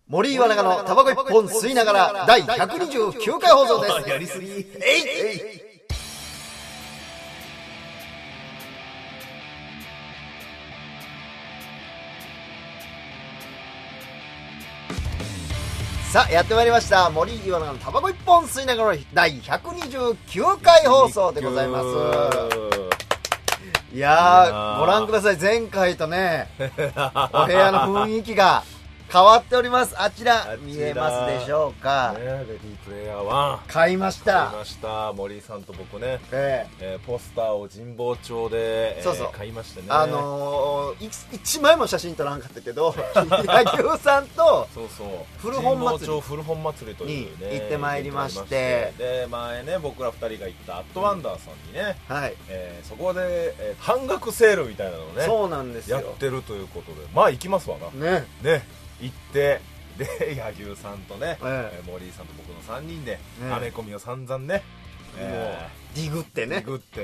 森岩永のタバコ一本吸いながら第129回放送です。 やりすぎ。 さあやってまいりました森岩永のタバコ一本吸いながら第129回放送でございます。いやーご覧ください。前回とねお部屋の雰囲気が変わっております。あちら見えますでしょうか、 レディープレイヤー1 買いました。 森井さんと僕ね、ポスターを神保町で、 そうそう買いましてね。 1枚も写真撮らんかったけど野球さんと古本祭りというねに行ってまいりまして、 で前ね僕ら2人が行ったアットワンダーさんにね、 はいそこで、半額セールみたいなのをねそうなんですよやってるということで、まあ行きますわなね行ってで柳生さんとね、森井さんと僕の3人でアメコミを散々ね、 もうディグってね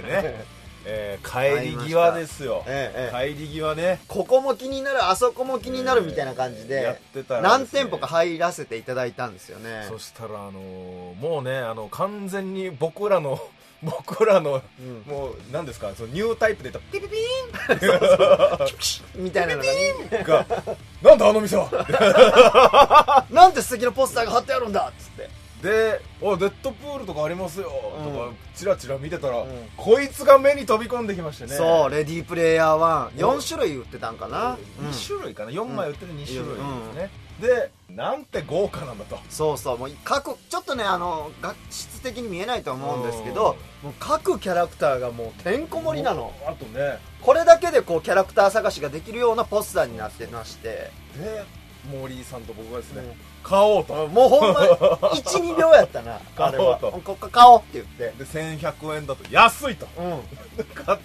帰り際ですよ、帰り際ねここも気になるあそこも気になるみたいな感じで、 やってたら何店舗か入らせていただいたんですよね。 そしたらもうね完全に僕らのもう何ですか、そのニュータイプで言ったらピピピーンみたいなのがなんだあの店はなんて素敵なポスターが貼ってあるんだっつってでデッドプールとかありますよ、とかチラチラ見てたら、こいつが目に飛び込んできましてね。 そうレディープレイヤー14種類売ってたんかな、 2種類かな、4枚売ってて2種類ですね、でなんて豪華なんだと。 そうもうちょっとね画質的に見えないと思うんですけど、もう各キャラクターがもうてんこ盛りなの。 あとねこれだけでこうキャラクター探しができるようなポスターになってまして、 で森井さんと僕がですね、買おうと、 もうほんま 1,2 秒やったな買おうと、 買おうって言って、 で1100円だと安いと、買って、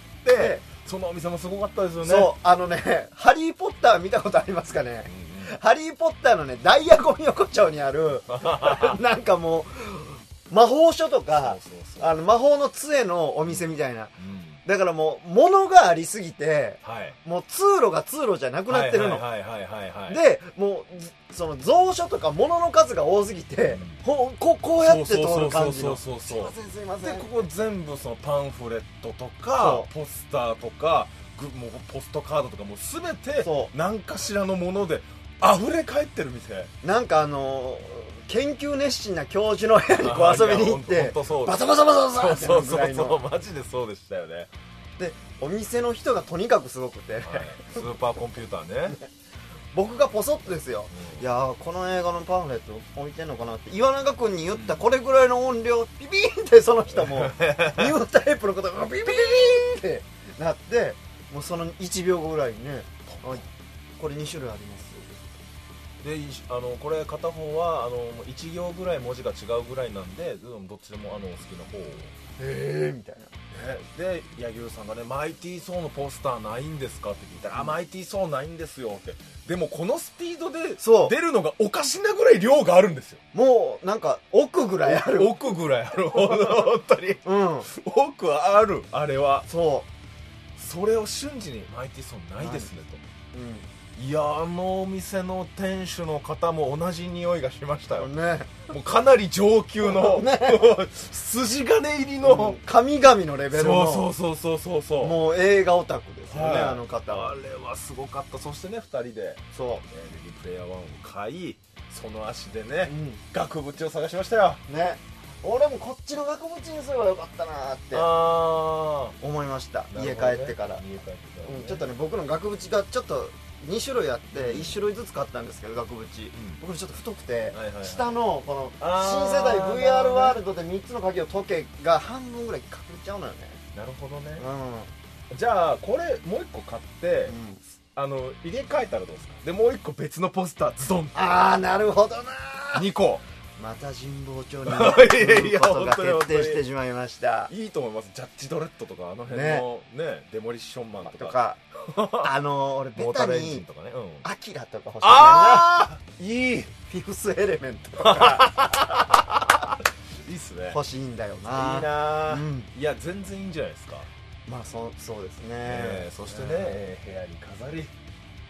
そのお店もすごかったですよね。 そうハリーポッター見たことありますかね、ハリーポッターのねダイアゴン横丁にあるなんかもう魔法書とか魔法の杖のお店みたいな、だからもう物がありすぎて、もう通路が通路じゃなくなってるので、もうその蔵書とか物の数が多すぎて、こうやって通る感じの、すいませんでここ全部そのパンフレットとかポスターとかもうポストカードとかもう全て何かしらのもので溢れ返ってる店。 なんか研究熱心な教授の部屋にこう遊びに行ってバサバサバサバサってなるぐらいの、 マジでそうでしたよね。 でお店の人がとにかくすごくて、 スーパーコンピューターね僕がポソッとですよ、いやーこの映画のパンフレット置いてんのかなって岩永君に言ったこれぐらいの音量、ピピーンってその人もニュータイプのことがピピーンってなって、もうその1秒後ぐらいにね、これ2種類ありますでこれ片方は1行ぐらい文字が違うぐらいなんで、どっちでもお好きな方をみたいな。 で柳生さんがね、マイティーソーのポスターないんですかって聞いたら、マイティーソーないんですよって。でもこのスピードで出るのがおかしなぐらい量があるんですよ。 もうなんか奥ぐらいある本当に、奥ある。あれはそれを瞬時にマイティーソーないですねと、いやお店の店主の方も同じ匂いがしましたよね。もうかなり上級の、筋金入りの、 神々のレベルの、 そうもう映画オタクですよね、あの方は。 あれはすごかった。そしてね2人でレディープレイヤー1を買い、その足でね、額縁を探しましたよね。俺もこっちの額縁にすればよかったなって思いました。家帰ってからちょっとね、僕の額縁がちょっと2種類あって1種類ずつ買ったんですけど、額縁、僕ちょっと太くて、下のこの新世代 VR ワールドで3つの鍵を解けが半分ぐらい隠れちゃうのよね。 なるほどね、じゃあこれもう1個買って、入れ替えたらどうですか。でもう1個別のポスターズドン。 なるほどな。 2個また神保町に行くことが決定してしまいました。 いいと思います。ジャッジドレッドとかあの辺のね、デモリッションマンとか俺ベタにアキラとか欲しいな。いいフィフスエレメントとかいいっすね。 欲しいんだよな。 いいな、いや全然いいんじゃないですか。 まあそうですね。 そしてね、部屋に飾り、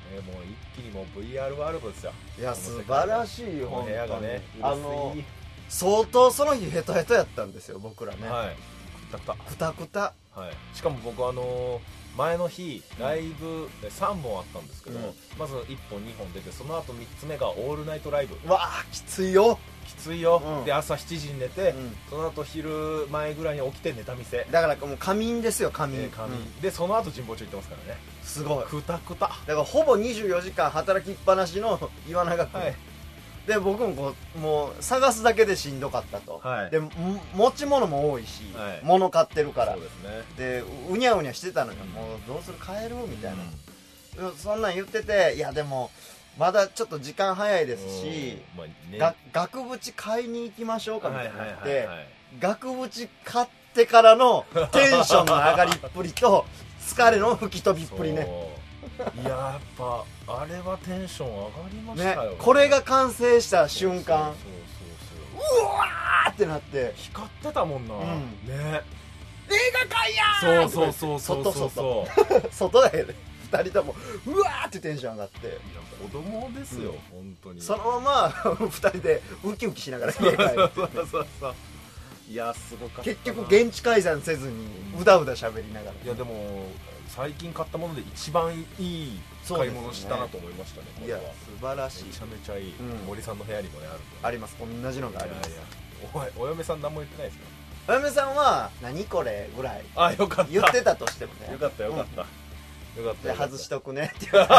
もう一気にもう VR ワールドですよ。 いや素晴らしいよ、 この部屋がね、 相当その日ヘトヘトやったんですよ僕らね。 はい、くたくた、 はい、しかも僕前の日ライブ3本あったんですけど、まず1本2本出て、その後3つ目がオールナイトライブ。 わあきついよ、 きついよ、で朝7時に寝て、その後昼前ぐらいに起きてネタ見せだからもう仮眠ですよ、仮眠、 でその後神保町行ってますからね。 すごいくたくただからほぼ24時間働きっぱなしの岩永君、で僕ももう探すだけでしんどかったと、で持ち物も多いし、物買ってるから、 そうですね、 でうにゃうにゃしてたのよ、もうどうする帰るみたいな、そんなん言ってて、いやでもまだちょっと時間早いですし、額縁買いに行きましょうかみたいになって、額縁買ってからのテンションの上がりっぷりと疲れの吹き飛びっぷりね。 いややっぱあれはテンション上がりましたよね。 これが完成した瞬間、うわーってなって光ってたもんな、ね、 映画館やー、 そう外だよね、2人ともうわーってテンション上がって、いや子供ですよ、本当にそのまま2人でウキウキしながら家帰る。 いやすごかった。 結局現地改ざんせずにうだうだ喋りながら、 いやでも最近買ったもので一番いい買い物したなと思いましたね。 いや素晴らしい、 めちゃめちゃいい、森さんの部屋にもねあります、同じのがあります。 お嫁さん何も言ってないですか？ お嫁さんは何これぐらいよかった言ってたとしてもね、 よかったよかったよかった、 外しとくねって言って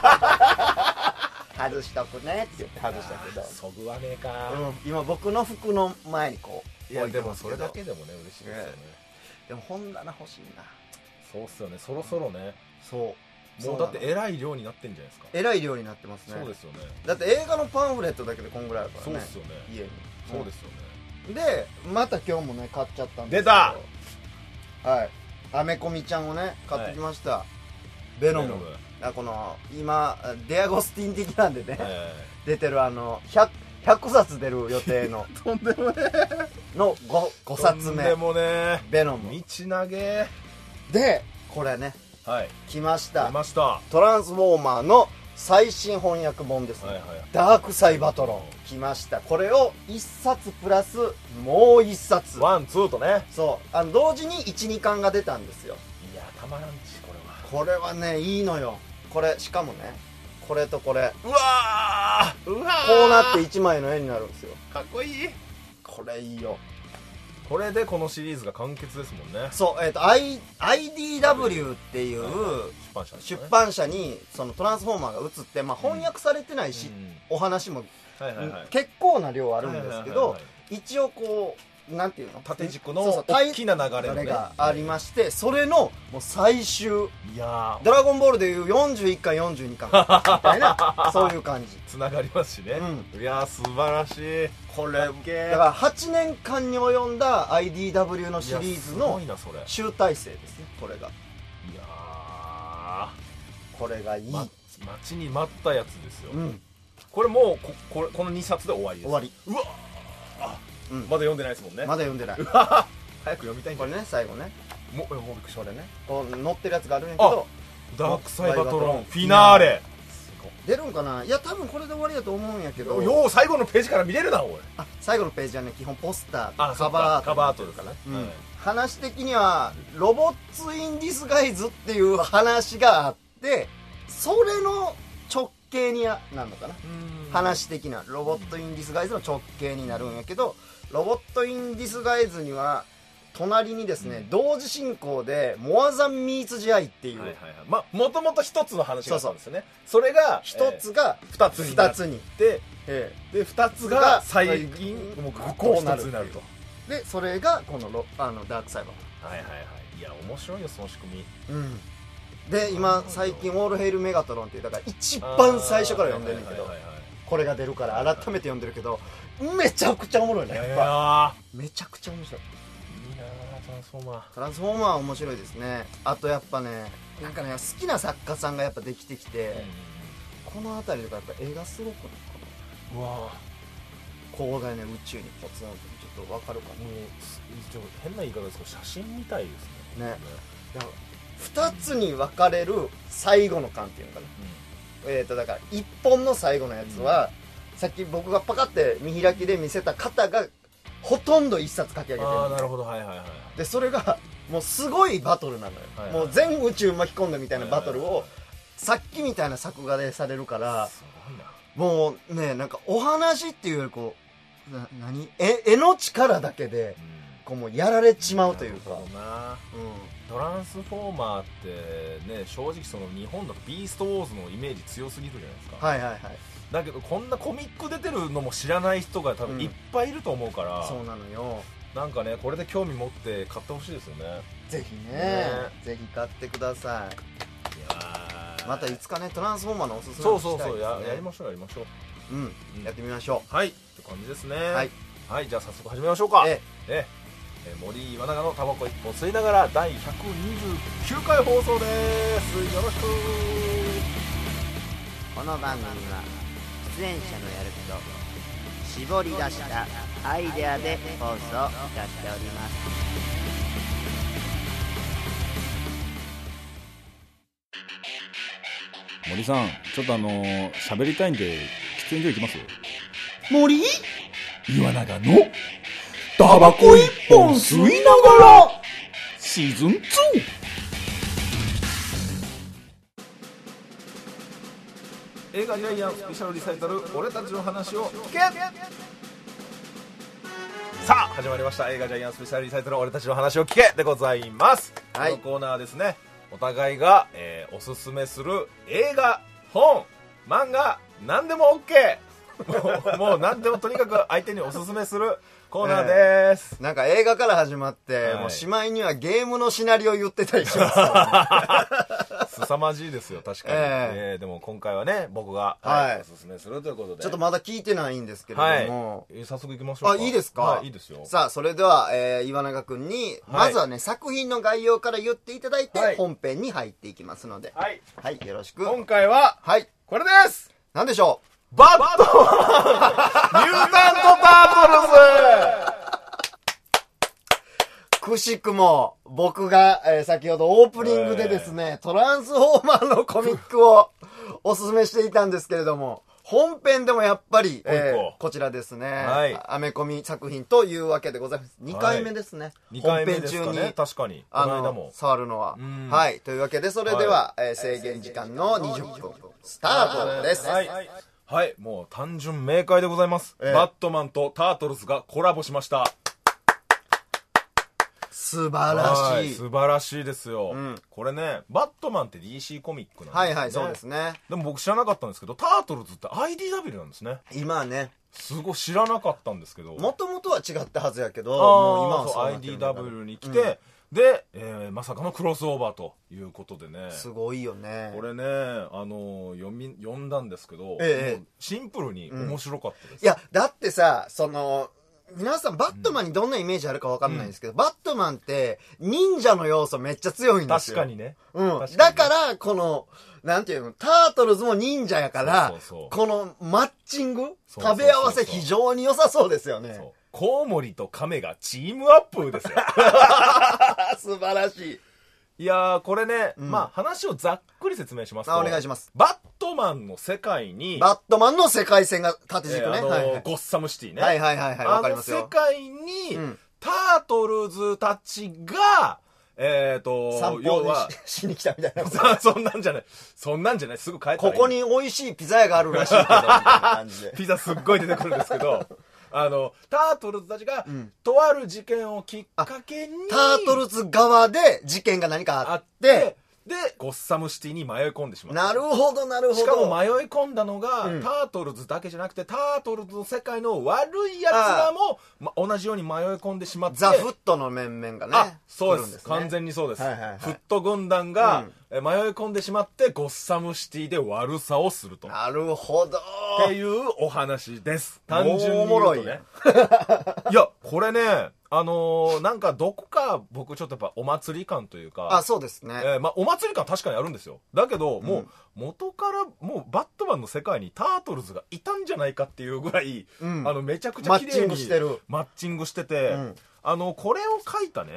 外しとくねって言って外したけど、 そぐわねえか、 今僕の服の前にこう、 いやでもそれだけでもね嬉しいですよね。 でも本棚欲しいな。 そうっすよね、そろそろね、 そうもうだってえらい量になってんじゃないですか。 えらい量になってますね。 そうですよね、だって映画のパンフレットだけでこんぐらいあるからね。 そうっすよね、 家に。 そうですよね。 でまた今日もね買っちゃったんですけど、 出た、 はい、アメコミちゃんをね買ってきました、ベノム。この今デアゴスティン的なんでね、出てる100冊出る予定のとんでもねの 5冊目、とんでもねベノム道投げで、これね、来ました、トランスフォーマーの最新翻訳本ですね、ダークサイバトロン来ました。これを1冊プラスもう1冊 1、2とね、 そう同時に 1,2 巻が出たんですよ。 いやたまらんち、 これはねいいのよ。これしかもね、これとこれ、 うわーこうなって1枚の絵になるんですよ。 かっこいい、 これいいよ。 これでこのシリーズが完結ですもんね。 そう、IDW っていう出版社にそのトランスフォーマーが移って、翻訳されてないし、お話も結構な量あるんですけど、一応こうなんていうの、 縦軸の大きな流れがありまして、それのもう最終、 いやドラゴンボールでいう41巻42巻みたいなそういう感じつながりますしね、いや素晴らしい。 これだから8年間に及んだ IDW のシリーズの集大成ですね、これが。いやこれがいい、 待ちに待ったやつですよ、これもうこの2冊で終わりです。 終わり。 うわまだ読んでないですもんね。 まだ読んでない。 早く読みたいんだ。 これね、最後ね、 もうびっくりした。 これね、こう載ってるやつがあるんやけど、 ダークサイバトロンフィナーレ出るんかな。いや多分これで終わりだと思うんやけど、 よう最後のページから見れるなおい。 最後のページはね基本ポスターとカバーアートですかね。 話的にはロボッツ・イン・ディスガイズっていう話があって、それの直系になるのかな。話的なロボット・イン・ディスガイズの直系になるんやけど、ロボット・イン・ディスガイズには隣にですね、同時進行でモア・ザン・ミーツ・ジ・アイっていう、 もともと一つの話があったんですよね。それが一つが二つになってで二つが最近こうなると。でそれがこのダークサイバー。 いや面白いよその仕組み。で今最近オールヘイルメガトロンっていう、だから一番最初から読んでるんだけど、これが出るから改めて読んでるけど、めちゃくちゃおもろいね。やっぱめちゃくちゃ面白い。 いいなトランスフォーマー。 トランスフォーマーは面白いですね。あとやっぱね、なんかね好きな作家さんがやっぱできてきて、この辺りとかやっぱ絵がすごくないかな。うわ広大な宇宙にポツンとちょっとわかるかな。もう変な言い方ですけど写真みたいですね。 2つに分かれる最後の巻っていうのかな、 だから1本の最後のやつは、さっき僕がパカって見開きで見せた方がほとんど一冊書き上げてる。 ああなるほど、はいはいはい。 でそれがもうすごいバトルなのよ、 はいはい、 もう全宇宙巻き込んだみたいなバトルをさっきみたいな作画でされるから、 すごいな。 もうね、なんかお話っていうよりこう絵の力だけでこうもうやられちまうというか、 なるほどな、トランスフォーマーってね、正直その日本だとビーストウォーズのイメージ強すぎるじゃないですか。 はいはいはい。 だけどこんなコミック出てるのも知らない人が多分いっぱいいると思うから、 そうなのよ。 なんかね、これで興味持って買ってほしいですよね。 ぜひね、ぜひ買ってください。いやまたいつかね、トランスフォーマーのおすすめそうそうそう、やりましょうやりましょう。やってみましょう。はいって感じですね。 はい、 はい、じゃあ早速始めましょうか。森岩永のタバコ一本吸いながら第129回放送です。よろしく。 この番組は出演者のやること絞り出したアイデアで放送いたしております。 森さん、ちょっと喋りたいんで喫煙所行きます？ 森岩永のタバコ一本吸いながらシーズン2。 映画ジャイアンスペシャルリサイタル俺たちの話を聞け。さあ始まりました、映画ジャイアンスペシャルリサイタル俺たちの話を聞けでございます。このコーナーですね、お互いが、おすすめする映画、本、漫画何でも OK もう何でもとにかく相手におすすめするコーナーです、 なんか映画から始まって、もうしまいにはゲームのシナリオ言ってたりしますからね凄まじいですよ確かに、でも今回はね僕が、おすすめするということで、 ちょっとまだ聞いてないんですけれども、 早速いきましょうか。 いいですか？ いいですよ。 さあそれでは、岩永くんに、まずはね作品の概要から言っていただいて、本編に入っていきますので、はい、よろしく。 今回は、これです。 何でしょう？ バットマンニュータント・タートルズ。 くしくも僕が、先ほどオープニングでですね、トランスフォーマーのコミックをおすすめしていたんですけれども、本編でもやっぱり、こちらですね、アメコミ作品というわけでございます。2回目ですね、 本編中に確かに触るのは。はい、というわけでそれでは、制限時間の20分スタートです。 はい、もう単純明快でございます、バットマンとタートルズがコラボしました。 素晴らしい、 素晴らしいですよ、これね、バットマンって DC コミックなんですね。 そうですね。 でも僕知らなかったんですけど、タートルズって IDW なんですね。 今はね、 すごい知らなかったんですけど、 もともとは違ったはずやけど、もう今はそうなってるんだ。 IDW に来て、で、まさかのクロスオーバーということでね、 すごいよね。 これね、読んだんですけど、シンプルに面白かったです。 いやだってさ、皆さんバットマンにどんなイメージあるか分かんないんですけど、バットマンって忍者の要素めっちゃ強いんですよ。 確かにね、 だからこのなんていうの、タートルズも忍者やから、このマッチング、食べ合わせ非常に良さそうですよね。 コウモリとカメがチームアップですよ素晴らしい。 いやー、これね、話をざっくり説明しますと、 お願いします。 バットマンの世界に、 バットマンの世界線が縦軸ね、 ゴッサムシティね、 わかりますよ。 世界に、タートルズたちが要はしに来たみたいなそんなんじゃない、すぐ帰ったらいい。 ここに美味しいピザ屋があるらしいけどみたいな感じでピザすっごい出てくるんですけどタートルズたちが、とある事件をきっかけにタートルズ側で事件が何かあって、 でゴッサムシティに迷い込んでしまった。 なるほどなるほど。 しかも迷い込んだのが、タートルズだけじゃなくてタートルズの世界の悪いやつらも、同じように迷い込んでしまって、 ザ・フットの面々がね、 そうです、完全にそうです、フット軍団が、迷い込んでしまってゴッサムシティで悪さをすると。 なるほどっていうお話です。単純に言うとねいやこれね、なんかどこか僕ちょっとやっぱお祭り感というか、 そうですね、 お祭り感確かにあるんですよ。だけど、もう元からもうバットマンの世界にタートルズがいたんじゃないかっていうぐらい、めちゃくちゃ綺麗にマッチングしてて、これを書いたね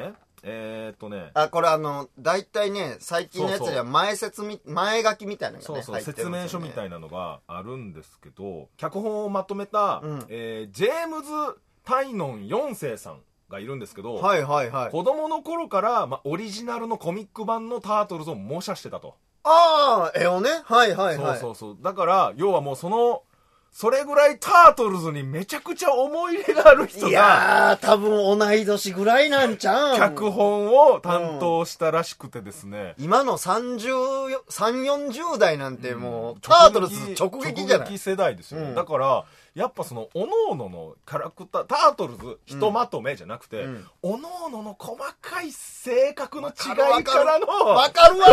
これ大体ね、最近のやつでは前書きみたいなのがね、 そう、 入ってるんですよね。 説明書みたいなのがあるんですけど、脚本をまとめた、ジェームズ・タイノン4世さんがいるんですけど、 はいはいはい。 子供の頃から、オリジナルのコミック版のタートルズを模写してたと。 ああ、絵をね。はいはいはい。 そう。だから、要はもうそれぐらいタートルズにめちゃくちゃ思い入れがある人が、 いやー、多分同い年ぐらいなんちゃうん。 脚本を担当したらしくてですね。 今の30、40代なんてもう、タートルズ直撃じゃない。 直撃世代ですよ。だから、やっぱ各々のキャラクター、タートルズ、ひとまとめじゃなくて、各々の細かい性格の違いからの、 わかる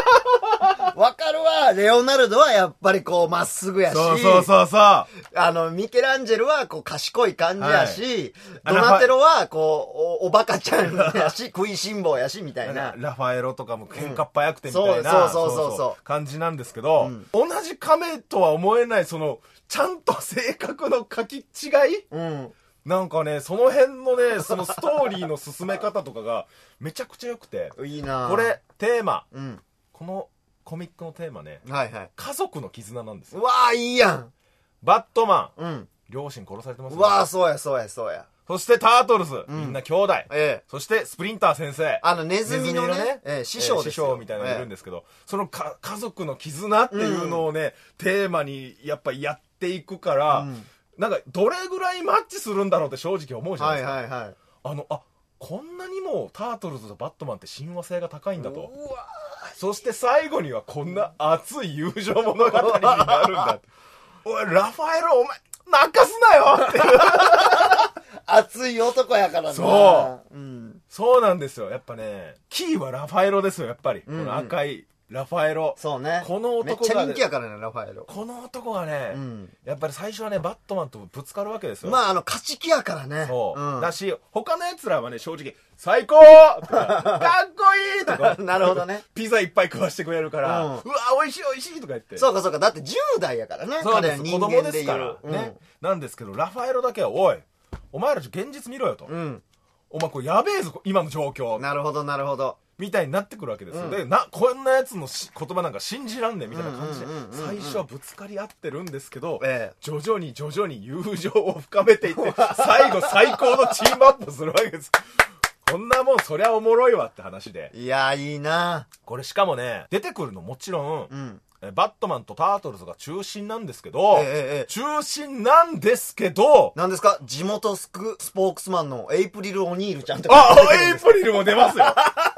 わレオナルドはやっぱりこう、まっすぐやし、 そう。 ミケランジェルはこう、賢い感じやし、ドナテロはこう、おバカちゃんやし、食いしん坊やし、みたいな。 ラファエロとかも喧嘩っ早くてみたいな、感じなんですけど、同じ亀とは思えない、ちゃんと性格の書き違い、なんかね、その辺のね、そのストーリーの進め方とかがめちゃくちゃ良くて、 いいな。 これテーマ、このコミックのテーマね、家族の絆なんですよ。 うわー、いいやん。 バットマン、両親殺されてますね。うわー、そうや。 そしてタートルズ、みんな兄弟、そしてスプリンター先生、 ネズミのね、師匠みたいなのがいるんですけど、その家族の絆っていうのをね、テーマにやっぱやっていくから、なんかどれぐらいマッチするんだろうって正直思うじゃないですか。こんなにもタートルズとバットマンって親和性が高いんだと。そして最後にはこんな熱い友情物語になるんだ。おい、ラファエロ、お前泣かすなよっていう熱い男やからな。 そうなんですよ。やっぱね、キーはラファエロですよ、やっぱり。この赤いラファエロ。 そうね。 この男が、 めっちゃ人気やからね、ラファエロ。 この男がね、やっぱり最初はね、バットマンとぶつかるわけですよ。 勝ち気やからね。 そう。だし、他の奴らはね、正直、最高とか、かっこいいとか。 なるほどね。 ピザいっぱい食わしてくれるから、うわ、美味しいとか言って。 そうか。だって10代やからね。 そうです。子供ですから。ね。なんですけど、ラファエロだけは、おい、お前ら現実見ろよと。お前これやべえぞ、今の状況。 なるほど。 みたいになってくるわけですよ。で、こんなやつの言葉なんか信じらんねえみたいな感じで、最初はぶつかり合ってるんですけど、徐々に友情を深めていって、最後最高のチームアップするわけです。こんなもんそりゃおもろいわって話で。 いや、いいな。 これしかもね、出てくるのもちろん、バットマンとタートルズが中心なんですけど、何ですか？ 地元スポークスマンのエイプリル・オニールちゃんとか。エイプリルも出ますよ。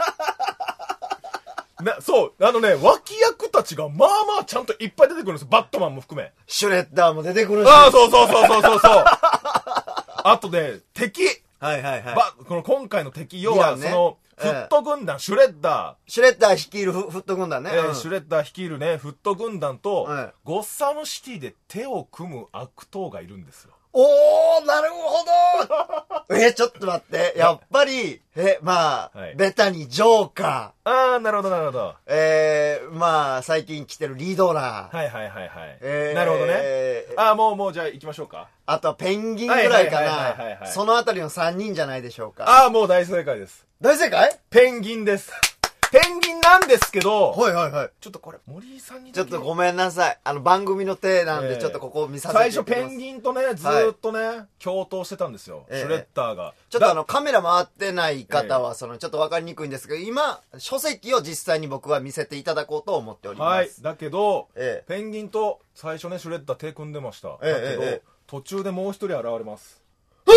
そう、脇役たちがまあちゃんといっぱい出てくるんですよ。バットマンも含め。 シュレッダーも出てくるし。 そう。あとね、敵。この今回の敵、要はその、フット軍団、シュレッダー率いるフット軍団ね。 シュレッダー率いるね、フット軍団と、ゴッサムシティで手を組む悪党がいるんですよ。 おー、なるほど。ちょっと待って。やっぱり、ベタにジョーカー。なるほど。 最近来てるリドラー。 はい。なるほどね。もうじゃあ行きましょうか。 あとはペンギンぐらいかな。そのあたりの3人じゃないでしょうか。 もう大正解です。 大正解？ ペンギンです。ペンギンなんですけど、 ちょっとこれ、森井さんにちょっとごめんなさい。番組の手なんで、ちょっとここ見させていただきます。 最初ペンギンとね、ずーっとね、共闘してたんですよ。シュレッダーが。 ちょっとカメラ回ってない方は、ちょっとわかりにくいんですけど、今、書籍を実際に僕は見せていただこうと思っております。 だけど、ペンギンと最初ね、シュレッダー手組んでました。だけど、途中でもう一人現れます。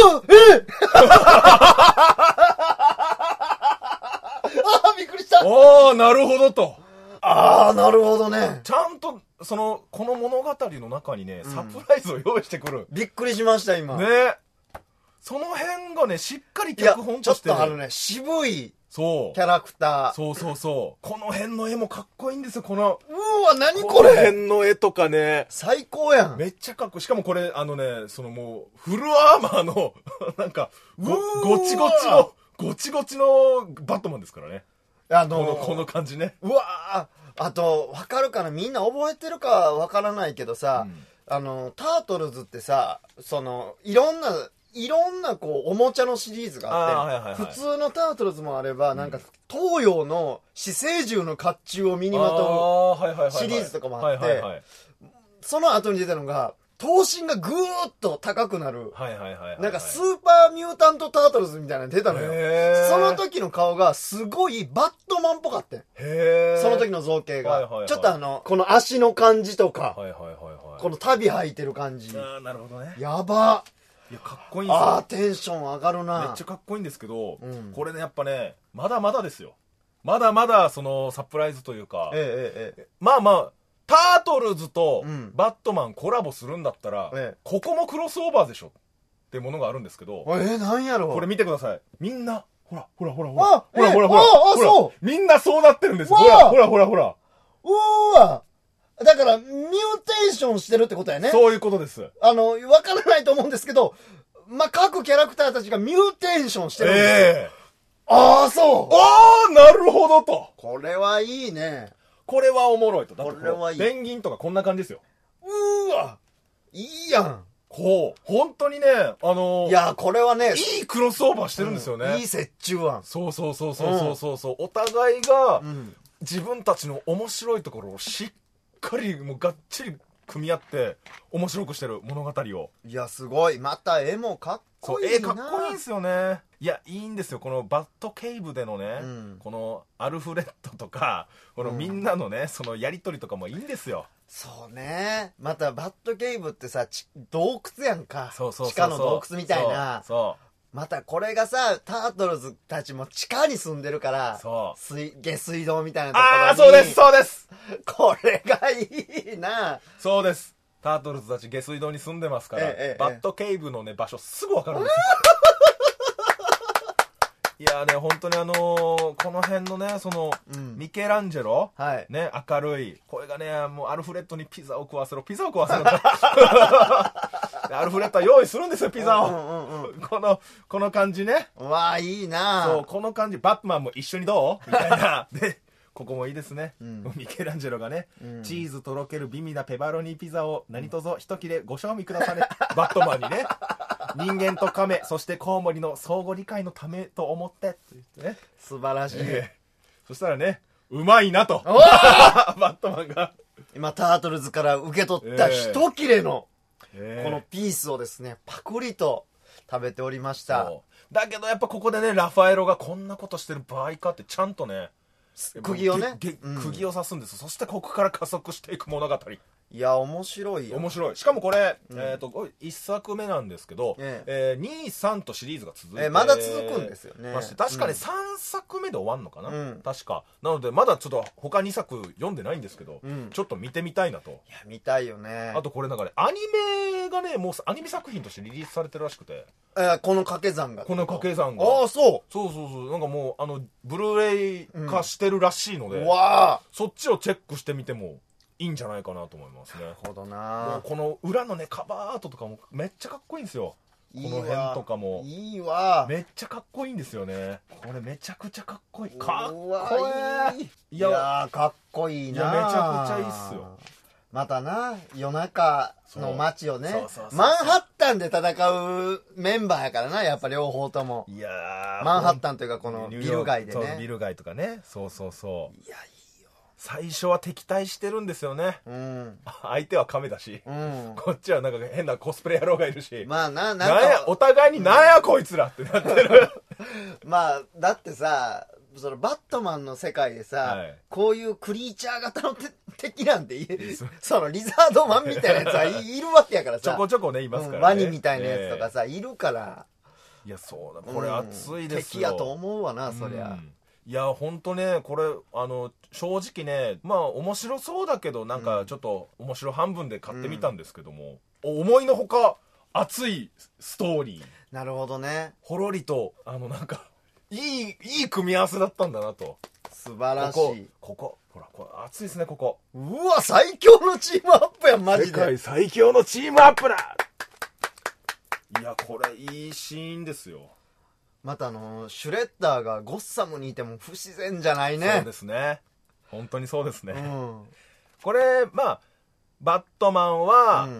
びっくりした。 なるほどと。 なるほどね。 ちゃんと、この物語の中にね、サプライズを用意してくる。 びっくりしました、今。 ね。その辺がね、しっかり脚本として。 ちょっと渋い。キャラクター。そう。この辺の絵もかっこいいんですよ、この。 何これ。 この辺の絵とかね。 最高やん。 めっちゃかっこいい。しかもこれ、もう、フルアーマーの、なんか、ごちごちのバットマンですからね。この感じね。 あと、わかるかな、みんな覚えてるかわからないけどさ、タートルズってさ、いろんないろんなこうおもちゃのシリーズがあって、普通のタートルズもあれば、なんか東洋の死生獣の甲冑を身にまとうシリーズとかもあって、その後に出たのが頭身がぐーっと高くなる、なんかスーパーミュータントタートルズみたいなの出たのよ。その時の顔がすごいバットマンっぽかったん。その時の造形が、ちょっとこの足の感じとか、この足袋履いてる感じ、 なるほどね。 やば。 いや、かっこいいんですよ。 テンション上がるな。 めっちゃかっこいいんですけど、これね、やっぱね、まだまだですよ。まだまだそのサプライズというか、まあまあタートルズとバットマンコラボするんだったら、ここもクロスオーバーでしょってものがあるんですけど、 なんやろ。 これ見てください。みんなほらみんなそうなってるんですよ。ほらうわ、だからミューテーションしてるってことやね。 そういうことです。 わからないと思うんですけど、まあ、各キャラクターたちがミューテーションしてるんですよ。そうなるほどと。 これはいいね。 これはおもろいと。だってこれはいい。 ペンギンとかこんな感じですよ。 いいやん。 本当にね、 いや、これはね、 いいクロスオーバーしてるんですよね。 いい折衷案。 そう。お互いが、自分たちの面白いところをしっかり、もうがっちり組み合って、面白くしてる物語を。 いや、すごい。また絵もかっこいいな。 かっこいいんですよね。いや、いいんですよ。このバットケイブでのね、このアルフレッドとか、このみんなのね、そのやりとりとかもいいんですよ。 そうね。またバットケイブってさ、洞窟やんか。 そう地下の洞窟みたいな。またこれがさ、タートルズたちも地下に住んでるから、下水道みたいなところに。 そうです。 これがいいな。 そうです。タートルズたち下水道に住んでますから、バットケイブのね、場所すぐ分かるんですよ。いやね、本当にこの辺のね、その、ミケランジェロ、ね、明るい、これがね、もうアルフレッドにピザを食わせろアルフレッドは用意するんですよ、ピザを。この感じね。 いいな。 そう、この感じ、バットマンも一緒にどうみたいな。で、ここもいいですね。ミケランジェロがね、チーズとろける美味なペパロニピザを何卒一切れご賞味くだされ。バットマンにね、人間と亀、そしてコウモリの相互理解のためと思ってって言ってね。 素晴らしい。 そしたらね、うまいなと。バットマンが。 今、タートルズから受け取った一切れの、このピースをですね、パクリと食べておりました。 だけどやっぱここでね、ラファエロがこんなことしてる場合かってちゃんとね、 いや、面白いよ。 面白い。しかもこれ、1作目なんですけど、2、3とシリーズが続いて、 まだ続くんですよね。 確かに3作目で終わんのかな、確か。なので、まだちょっと他2作読んでないんですけど、ちょっと見てみたいなと。いや、見たいよね。 あとこれなんかね、アニメがね、もうアニメ作品としてリリースされてるらしくて。 この掛け算が。 この掛け算が。そう。なんかもう、ブルーレイ化してるらしいので、そっちをチェックしてみても、いいんじゃないかなと思いますね。 なるほどな。 この裏のね、カバーアートとかもめっちゃかっこいいんですよ。この辺とかもいいわ。 めっちゃかっこいいんですよね。これめちゃくちゃかっこいい。 かっこいい。いや、かっこいいな。 いや、めちゃくちゃいいっすよ。 またな、夜中の街をね、マンハッタンで戦うメンバーやからな、やっぱ両方とも。いやー、マンハッタンというかこのビル街でね。 ビル街とかね。そう。 いや、 最初は敵対してるんですよね。相手は亀だし、こっちはなんか変なコスプレ野郎がいるし。 まあなんかお互いになんやこいつらってなってる。 まあだってさ、そのバットマンの世界でさ、こういうクリーチャー型の敵なんてそのリザードマンみたいなやつはいるわけやからさ。 ちょこちょこねいますからね。 ワニみたいなやつとかさ、いるから。 いや、そうだ、これ熱いですよ。 敵やと思うわな、そりゃ。 いや、ほんとね、これ正直ね、まあ面白そうだけど、なんかちょっと面白半分で買ってみたんですけども、思いのほか熱いストーリー。 なるほどね。 ほろりとなんかいい組み合わせだったんだなと。 素晴らしい。 ここほら、これ熱いですね、ここ。 うわ、最強のチームアップやん、マジで。 世界最強のチームアップだ。いや、これいいシーンですよ。 またシュレッダーがゴッサムにいても不自然じゃないね。 そうですね、本当にそうですね。これまあバットマンは、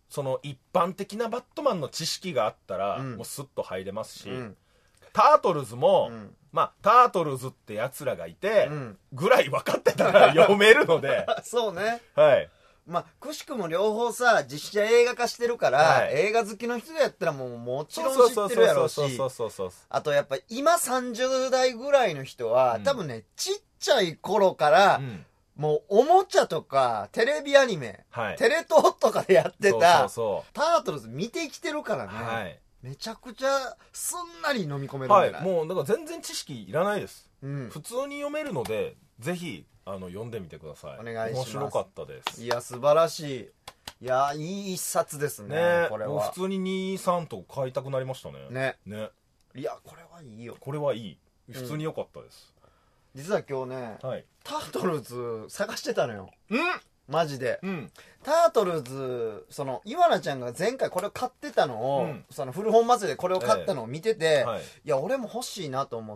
その一般的なバットマンの知識があったら、 うんもうスッと入れますし、 うん、 タートルズも、 うんまあタートルズってやつらがいて、 うんぐらい分かってたら読めるのでそうね。 はいまあ、くしくも両方さ、実写映画化してるから、 はい映画好きの人やったらもちろん知ってるやろうし、 そうあとやっぱ今30代ぐらいの人は、 うん多分ね、ちっちゃい頃から、 うんもうおもちゃとか、テレビアニメ、 はいテレ東とかでやってた、 そタートルズ見てきてるからね、 はいめちゃくちゃすんなり飲み込めるんじゃな、 はいいもうだから全然知識いらないです、 うん、 普通に読めるのでぜひ読んでみてください。 お願いします。 面白かったです。 いや素晴らしい。いやいい一冊ですね。 ねこれは普通に23と買いたくなりましたね。 ね。いやこれはいいよ。 これはいい。普通に良かったです。 実は今日ね、 はい、 タートルズ探してたのよ。マジで、タートルズそのイワナちゃんが前回これを買ってたのを、その古本祭りでこれを買ったのを見てて、いや俺も欲しいなと思って、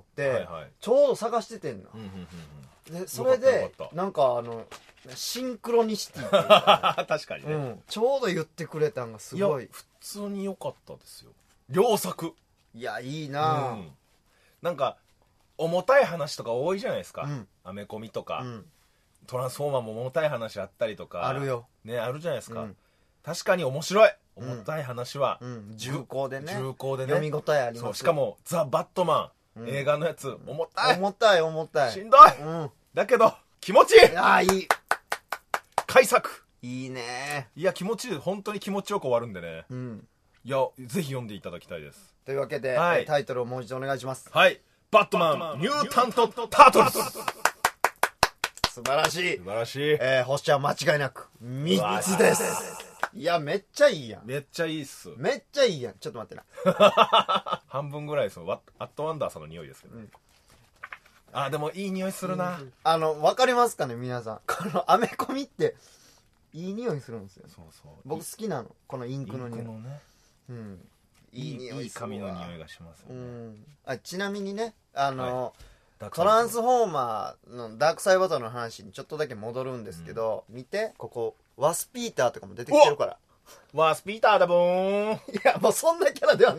ちょうど探しててんの、でそれでなんかシンクロニシティっていうか確かにね、 ちょうど言ってくれたんがすごい。 普通に良かったですよ両作。 いやいいな、 なんか重たい話とか多いじゃないですか、アメコミとか、トランスフォーマーも重たい話あったりとかあるよね、あるじゃないですか、確かに面白い重たい話は、 重厚でね読み応えあります。 しかもザ・バットマン、映画のやつ重たいしんどい、だけど気持ちいい。 ああいい改作いいね。 いや気持ちいい、本当に気持ちよく終わるんでね、いやぜひ読んでいただきたいです。 というわけで、タイトルをもう一度お願いします。 はい、バットマンミュータントタートルズ。 素晴らしい。 素晴らしい。 星は間違いなく3つです。いやめっちゃいいやん。 めっちゃいいっす。 めっちゃいいやん。ちょっと待ってな半分ぐらいですよ。アットワンダーさんの匂いですけどね、あでもいい匂いするな、 わかりますかね皆さん。このアメコミっていい匂いするんですよ。 そう僕好きなのこのインクの匂い。 インクのね、 いい匂いいい紙の匂いがしますよね。 ちなみにねトランスフォーマーのダークサイバードの話にちょっとだけ戻るんですけど、見てここワスピーターとかも出てきてるから。 ワスピーターだぼーん。 いやもうそんなキャラでは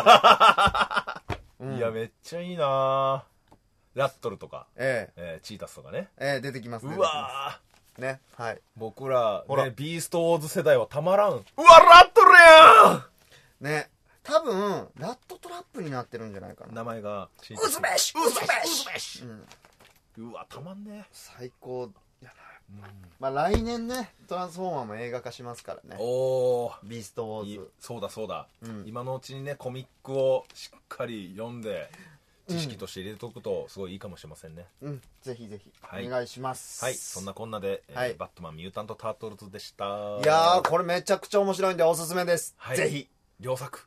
ないいやめっちゃいいな。ラットルとか、チータスとかね、 出てきます。 うわね、はい。 僕らねビーストウォーズ世代はたまらん。うわラットルやんね。多分ラットトラップになってるんじゃないかな。 名前がウズベシうわたまんね。 最高やな。まあ来年ねトランスフォーマーも映画化しますからね。 おおビーストウォーズ。 そうだ、今のうちにねコミックをしっかり読んで知識として入れておくとすごいいいかもしれませんね。 ぜひぜひお願いします。 はい、そんなこんなでバットマンミュータントタートルズでした。 いやーこれめちゃくちゃ面白いんでおすすめです。ぜひ両作。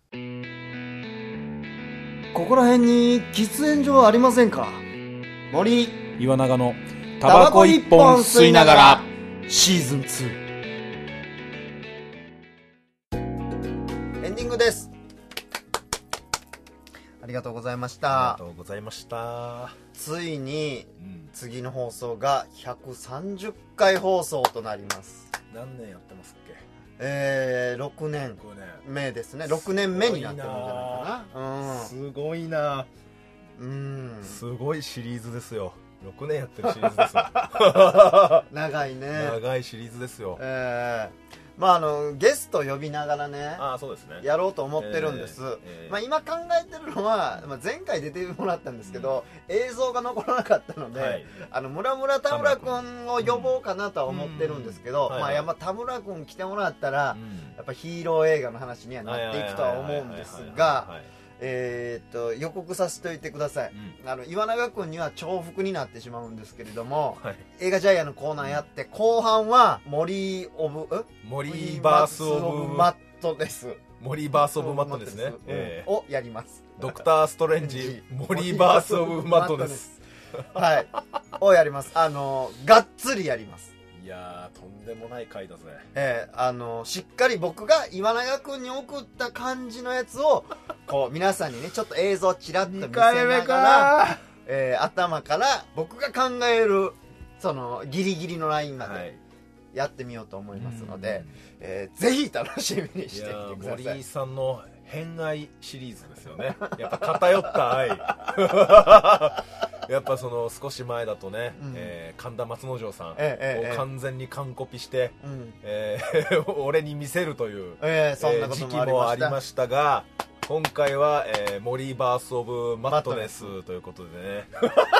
ここら辺に喫煙所ありませんか？森岩永のタバコ一本吸いながらシーズン2エンディングです。ありがとうございました。 ありがとうございました。 ついに次の放送が130回放送となります。 何年やってますっけ ？6年目ですね。6年目になってるんじゃないかな。 すごいな。すごいシリーズですよ。6年やってるシリーズですよ。 長いね。 長いシリーズですよ。 まあゲスト呼びながらね、 そうですね、 やろうと思ってるんです。まあ今考えてるのは、前回出てもらったんですけど、映像が残らなかったので、村村田村君を呼ぼうかなとは思ってるんですけど、まあやっぱ田村君来てもらったら、やっぱヒーロー映画の話にはなっていくとは思うんですが、予告させておいてください。岩永君には重複になってしまうんですけれども、映画ジャイアンのコーナーやって後半は森バースオブマットです。 森バースオブマットですね、 をやります。 ドクターストレンジ森バースオブマットです。 はいをやります。がっつりやります。 いやーとんでもない回だぜ。 しっかり僕が岩永君に送った感じのやつをこう皆さんにねちょっと映像チラッと見せながら、頭から僕が考えるそのギリギリのラインまでやってみようと思いますので、ぜひ楽しみにしてみてください。 森井さんの偏愛シリーズですよね。やっぱ偏った愛やっぱその少し前だとね、神田松之丞さんを完全に完コピして、俺に見せるという、 そんなこと時期もありましたが、今回は、森バースオブマットネスということでね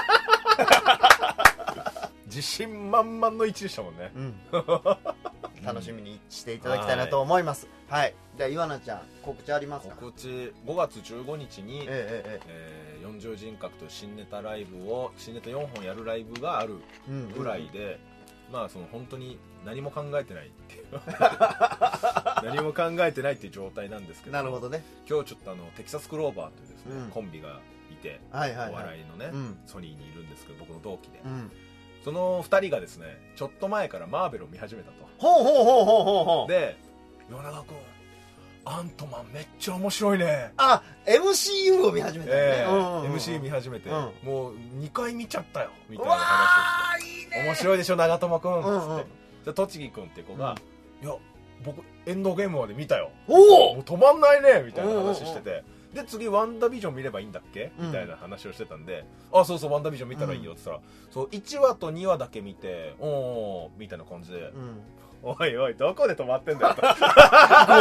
自信満々の1でしたもんね、 楽しみにしていただきたいなと思います。はい。じゃあ、イワナちゃん、告知ありますか？ 告知、5月15日に、四条人格という新ネタライブを、新ネタ4本やるライブがあるぐらいで、まあ、その本当に何も考えてないっていう何も考えてないっていう状態なんですけど、 なるほどね。 今日ちょっとテキサスクローバーというですね、コンビがいて、お笑いのね、ソニーにいるんですけど、僕の同期で。その2人がですね、ちょっと前からマーベルを見始めたと。で、米長君、アントマンめっちゃ面白いね。 あ、MCU を見始めたね。 MC 見始めて、もう2回見ちゃったよみたいな話をして、いいね、面白いでしょ長友君っつって、じゃ栃木君って子が、いや僕エンドゲームまで見たよ、もう止まんないねみたいな話してて、で次ワンダービジョン見ればいいんだっけみたいな話をしてたんで、あ、そうそうワンダービジョン見たらいいよって言ったら、そう1話と2話だけ見て、おーみたいな感じで、おいおいどこで止まってんだよと 5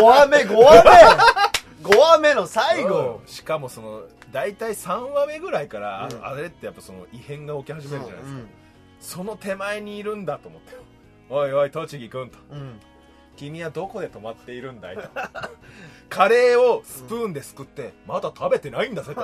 話目の最後、 しかもその大体3話目ぐらいから、あれってやっぱその異変が起き始めるじゃないですか、その手前にいるんだと思っておいおい栃木君と、君はどこで止まっているんだいとカレーをスプーンですくってまだ食べてないんだぜと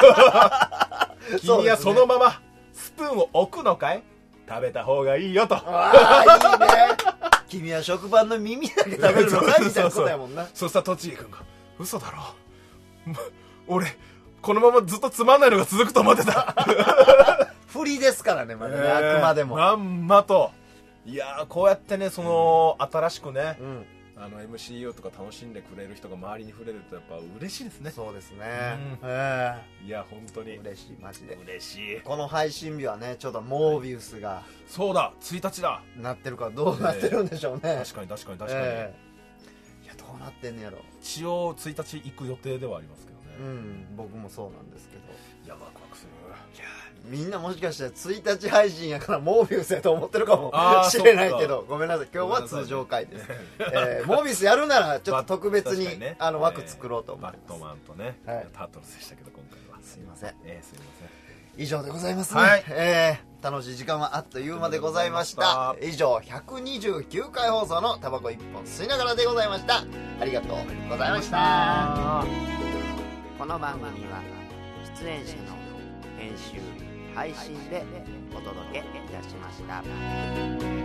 君はそのままスプーンを置くのかい、食べた方がいいよと。 ああいいね君は食パンの耳だけ食べるのかみたいなことやもんな。 そしたら栃木君が嘘だろ俺このままずっとつまんないのが続くと思ってた振りですからねまだね、あくまでもまんまと。いやーこうやってねその、新しくね、MCU とか楽しんでくれる人が周りに触れるとやっぱ嬉しいですね。 そうですね、 いや本当に嬉しい、マジで嬉しい。 この配信日はねちょっとモービウスがそうだ1日だなってるからどうなってるんでしょうね、 確かに、いやどうなってんねやろ。 一応1日行く予定ではありますけどね、 僕もそうなんですけど、 いやワクワクする。 いやみんなもしかしたら1日配信やからモービウスやと思ってるかもしれないけど、ごめんなさい、今日は通常回ですモービウスやるならちょっと特別に枠作ろうと思います。 バットマンとね、タートルズでしたけど今回はすいません、 すいません。 以上でございますね、楽しい時間はあっという間でございました。以上129回放送のタバコ一本吸いながらでございました。ありがとうございました。 この番組は出演者の編集配信でお届けいたしました。